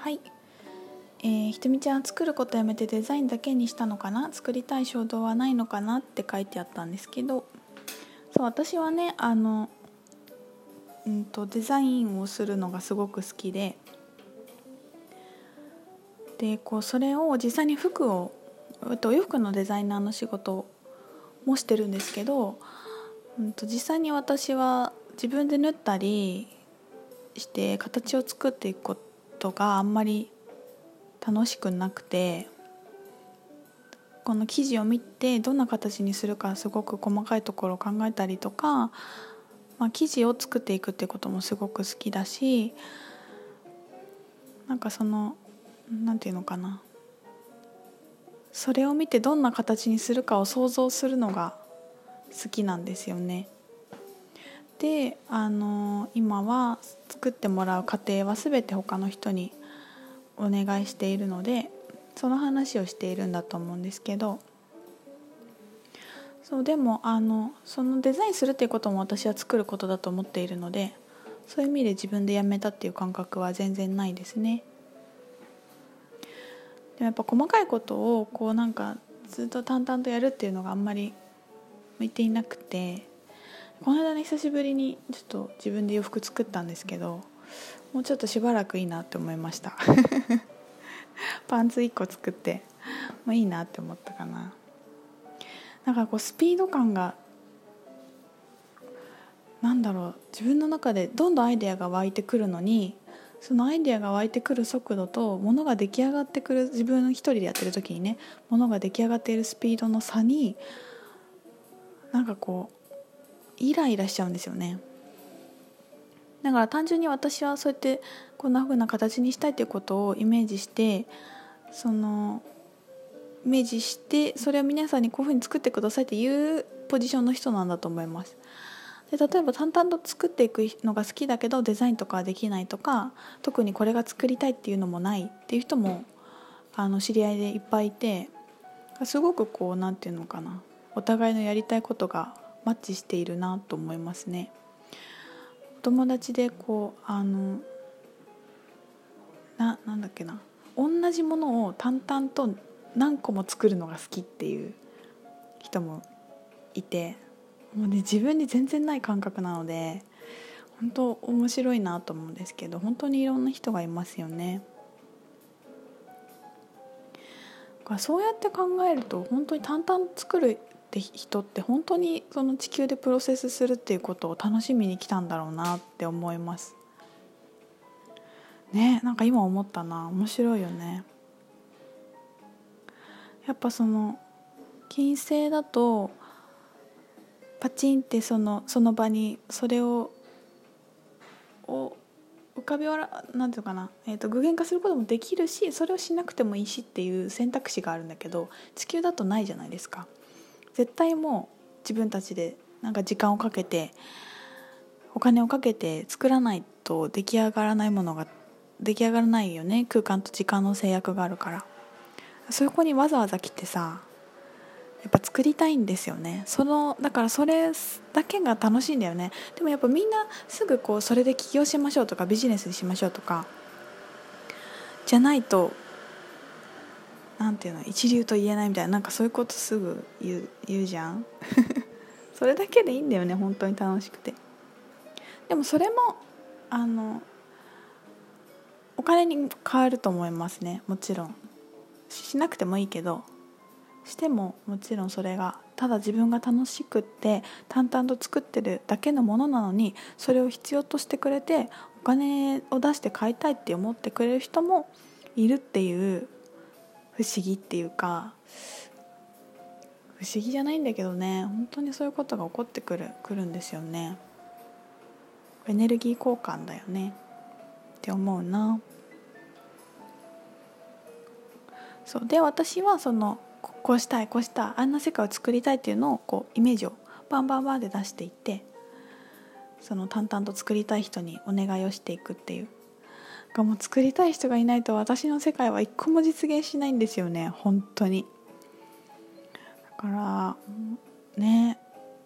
はい、ひとみちゃんは作ることやめてデザインだけにしたのかな、作りたい衝動はないのかなって書いてあったんですけど、そう私はねデザインをするのがすごく好きで、それを実際にお洋服のデザイナーの仕事もしてるんですけど、実際に私は自分で縫ったりして形を作っていくことがあんまり楽しくなくて、この生地を見てどんな形にするかすごく細かいところを考えたりとか、生地を作っていくってこともすごく好きだし、なんていうのかな、それを見てどんな形にするかを想像するのが好きなんですよね。で、今は作ってもらう過程は全て他の人にお願いしているので、その話をしているんだと思うんですけど、でもそのデザインするっていうことも私は作ることだと思っているので、そういう意味で自分でやめたっていう感覚は全然ないですね。でもやっぱ細かいことをずっと淡々とやるっていうのがあんまり向いていなくて、この間ね久しぶりにちょっと自分で洋服作ったんですけど、もうちょっとしばらくいいなって思いましたパンツ1個作ってもういいなって思ったかな。スピード感が自分の中でどんどんアイデアが湧いてくるのに、そのアイデアが湧いてくる速度と物が出来上がってくる、自分一人でやってる時にね、物が出来上がっているスピードの差にイライラしちゃうんですよね。だから単純に私はそうやってこんな風な形にしたいということをイメージして、それを皆さんにこういう風に作ってくださいっていうポジションの人なんだと思います。で例えば淡々と作っていくのが好きだけどデザインとかはできないとか、特にこれが作りたいっていうのもないっていう人も知り合いでいっぱいいて、すごくなんていうのかな、お互いのやりたいことがマッチしているなと思いますね。お友達でなんだっけな、同じものを淡々と何個も作るのが好きっていう人もいて、もうね自分に全然ない感覚なので本当面白いなと思うんですけど、本当にいろんな人がいますよね。そうやって考えると本当に淡々作るって人って本当にその地球でプロセスするっていうことを楽しみに来たんだろうなって思いますね。今思ったな、面白いよね。やっぱ金星だとパチンってその場にそれを浮かびなんていうかな、具現化することもできるし、それをしなくてもいいしっていう選択肢があるんだけど、地球だとないじゃないですか。絶対もう自分たちで時間をかけてお金をかけて作らないと出来上がらないものが出来上がらないよね。空間と時間の制約があるから、そこにわざわざ来てさ、やっぱ作りたいんですよね。だからそれだけが楽しいんだよね。でもやっぱみんなすぐそれで起業しましょうとかビジネスにしましょうとかじゃないと、なんていうの、一流と言えないみたいな、そういうことすぐ言うじゃんそれだけでいいんだよね、本当に楽しくて。でもそれもお金に変わると思いますね。もちろんしなくてもいいけど、してももちろんそれがただ自分が楽しくって淡々と作ってるだけのものなのに、それを必要としてくれてお金を出して買いたいって思ってくれる人もいるっていう不思議っていうか、不思議じゃないんだけどね、本当にそういうことが起こってくるんですよね。エネルギー交換だよねって思うな。そうで、私はこうしたいあんな世界を作りたいっていうのをイメージをバンバンバンで出していって、淡々と作りたい人にお願いをしていくっていう。もう作りたい人がいないと私の世界は一個も実現しないんですよね、本当に。だからね、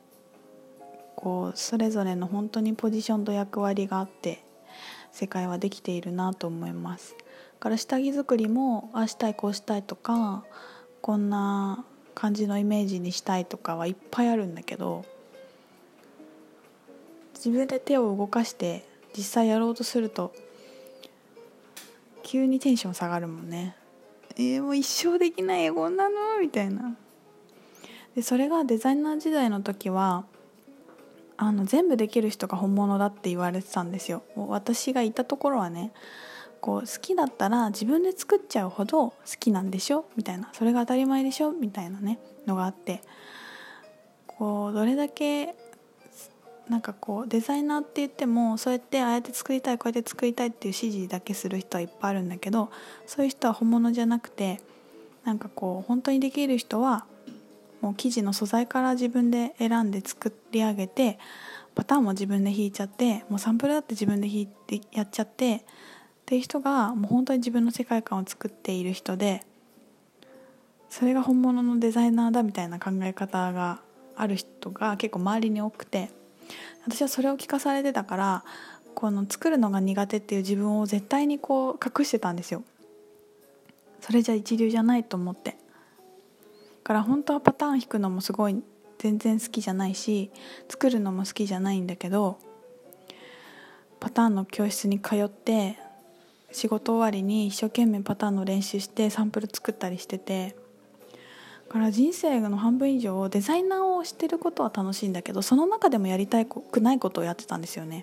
それぞれの本当にポジションと役割があって世界はできているなと思います。 から下着作りもああしたいこうしたいとか、こんな感じのイメージにしたいとかはいっぱいあるんだけど、自分で手を動かして実際やろうとすると急にテンション下がるもんね。もう一生できないよこんなのみたいな。でそれがデザイナー時代の時は全部できる人が本物だって言われてたんですよ。もう私がいたところはね、こう好きだったら自分で作っちゃうほど好きなんでしょみたいな、それが当たり前でしょみたいなねのがあって、こうどれだけなんかこうデザイナーって言ってもそうやってああやって作りたいこうやって作りたいっていう指示だけする人はいっぱいあるんだけど、そういう人は本物じゃなくて、なんかこう本当にできる人はもう生地の素材から自分で選んで作り上げて、パターンも自分で引いちゃって、もうサンプルだって自分で引いてやっちゃってっていう人がもう本当に自分の世界観を作っている人で、それが本物のデザイナーだみたいな考え方がある人が結構周りに多くて、私はそれを聞かされてたから、この作るのが苦手っていう自分を絶対にこう隠してたんですよ。それじゃ一流じゃないと思って。から本当はパターン引くのもすごい全然好きじゃないし、作るのも好きじゃないんだけど、パターンの教室に通って仕事終わりに一生懸命パターンの練習してサンプル作ったりしてて、だから人生の半分以上デザイナーをしてることは楽しいんだけど、その中でもやりたくないことをやってたんですよね。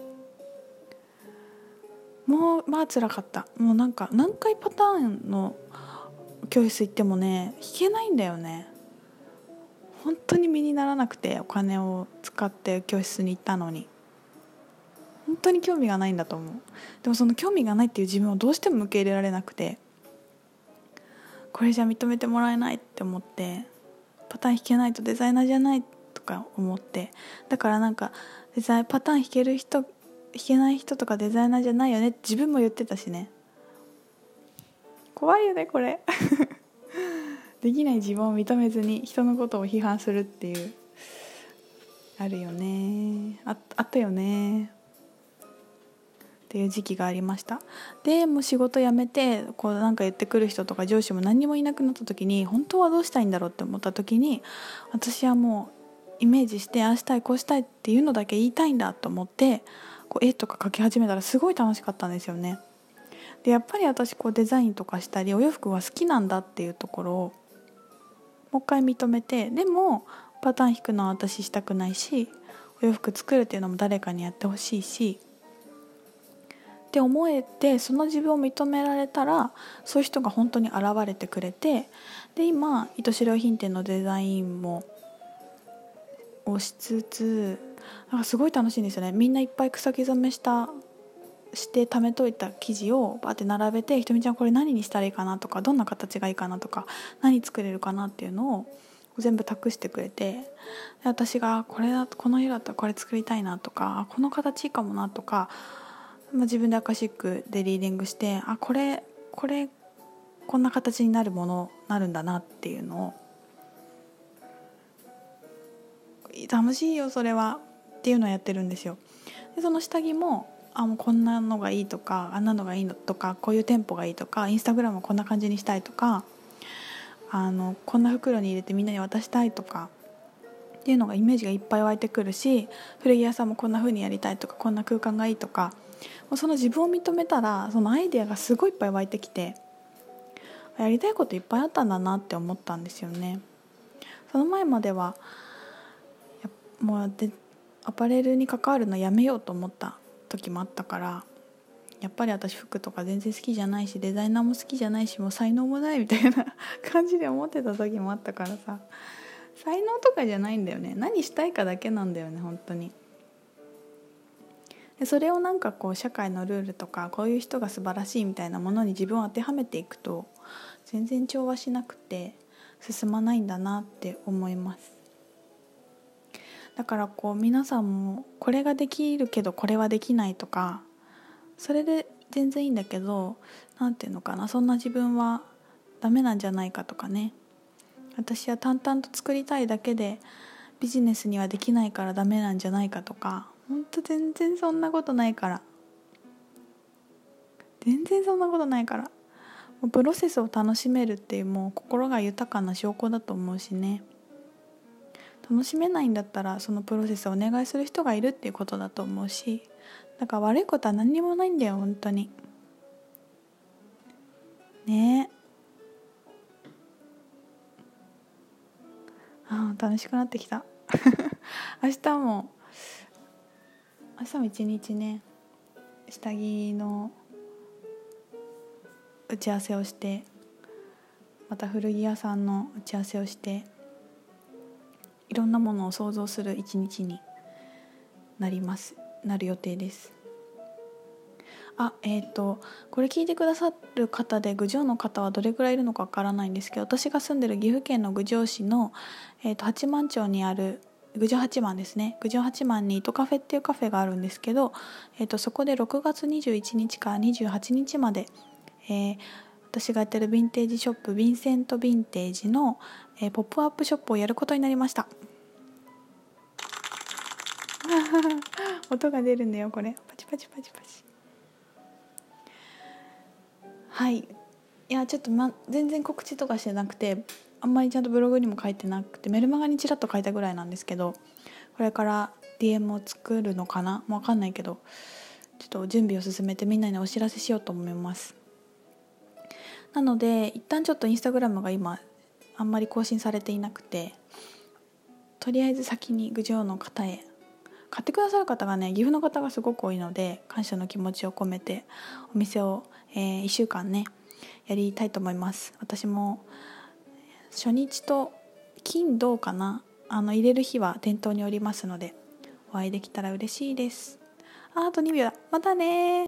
もう辛かった。もうなんか何回パターンの教室行ってもね弾けないんだよね。本当に身にならなくて、お金を使って教室に行ったのに本当に興味がないんだと思う。でもその興味がないっていう自分をどうしても受け入れられなくて、これじゃ認めてもらえないって思って、パターン弾けないとデザイナーじゃないとか思って、だからなんかパターン弾ける人弾けない人とかデザイナーじゃないよねって自分も言ってたしね。怖いよねこれできない自分を認めずに人のことを批判するっていう、あるよね。あったよねっていう時期がありました。でもう仕事辞めてこうなんか言ってくる人とか上司も何にもいなくなった時に、本当はどうしたいんだろうって思った時に、私はもうイメージしてああしたいこうしたいっていうのだけ言いたいんだと思って、こう絵とか描き始めたらすごい楽しかったんですよね。でやっぱり私こうデザインとかしたりお洋服は好きなんだっていうところをもう一回認めて、でもパターン引くのは私したくないし、お洋服作るっていうのも誰かにやってほしいしって思えて、その自分を認められたらそういう人が本当に現れてくれて、で今糸代品店のデザインもをしつつ、なんかすごい楽しいんですよね。みんないっぱい草木染めして貯めといた生地をバーって並べて、ひとみちゃんこれ何にしたらいいかなとか、どんな形がいいかなとか、何作れるかなっていうのを全部託してくれて、で私がこの色だったらこれ作りたいなとか、この形いいかもなとか、自分でアカシックでリーディングして、これこんな形になるものなるんだなっていうのを、楽しいよそれはっていうのをやってるんですよ。でその下着ももうこんなのがいいとか、あんなのがいいのとか、こういうテンポがいいとか、インスタグラムをこんな感じにしたいとか、こんな袋に入れてみんなに渡したいとかっていうのがイメージがいっぱい湧いてくるし、古着屋さんもこんな風にやりたいとか、こんな空間がいいとか、もうその自分を認めたらそのアイデアがすごいいっぱい湧いてきて、やりたいこといっぱいあったんだなって思ったんですよね。その前まではもうアパレルに関わるのやめようと思った時もあったから、やっぱり私服とか全然好きじゃないし、デザイナーも好きじゃないし、もう才能もないみたいな感じで思ってた時もあったからさ、才能とかじゃないんだよね。何したいかだけなんだよね本当に。でそれをなんかこう社会のルールとか、こういう人が素晴らしいみたいなものに自分を当てはめていくと全然調和しなくて進まないんだなって思います。だからこう皆さんもこれができるけどこれはできないとか、それで全然いいんだけど、なんていうのかな、そんな自分はダメなんじゃないかとかね、私は淡々と作りたいだけでビジネスにはできないからダメなんじゃないかとか、ほんと全然そんなことないからっ全然そんなことないから。もうプロセスを楽しめるっていう、もう心が豊かな証拠だと思うしね。楽しめないんだったらそのプロセスをお願いする人がいるっていうことだと思うし、だから悪いことは何にもないんだよ本当にね。楽しくなってきた明日も一日ね、下着の打ち合わせをして、また古着屋さんの打ち合わせをして、いろんなものを想像する一日になる予定です。これ聞いてくださる方で郡上の方はどれくらいいるのかわからないんですけど、私が住んでる岐阜県の郡上市の、八幡町にある郡上八幡ですね。郡上八幡に糸カフェっていうカフェがあるんですけど、そこで6月21日から28日まで、私がやってるヴィンテージショップヴィンセントヴィンテージの、ポップアップショップをやることになりました音が出るんだよこれ、パチパチパチパチ。はい、いやちょっと、全然告知とかしてなくて、あんまりちゃんとブログにも書いてなくて、メルマガにちらっと書いたぐらいなんですけど、これから DM を作るのかな、もう分かんないけど、ちょっと準備を進めてみんなにお知らせしようと思います。なので一旦ちょっとインスタグラムが今あんまり更新されていなくて、とりあえず先に郡上の方へ、買ってくださる方がね、岐阜の方がすごく多いので、感謝の気持ちを込めてお店を、1週間ねやりたいと思います。私も初日と金土かな、入れる日は店頭におりますので、お会いできたら嬉しいです。あと2秒だ。またね。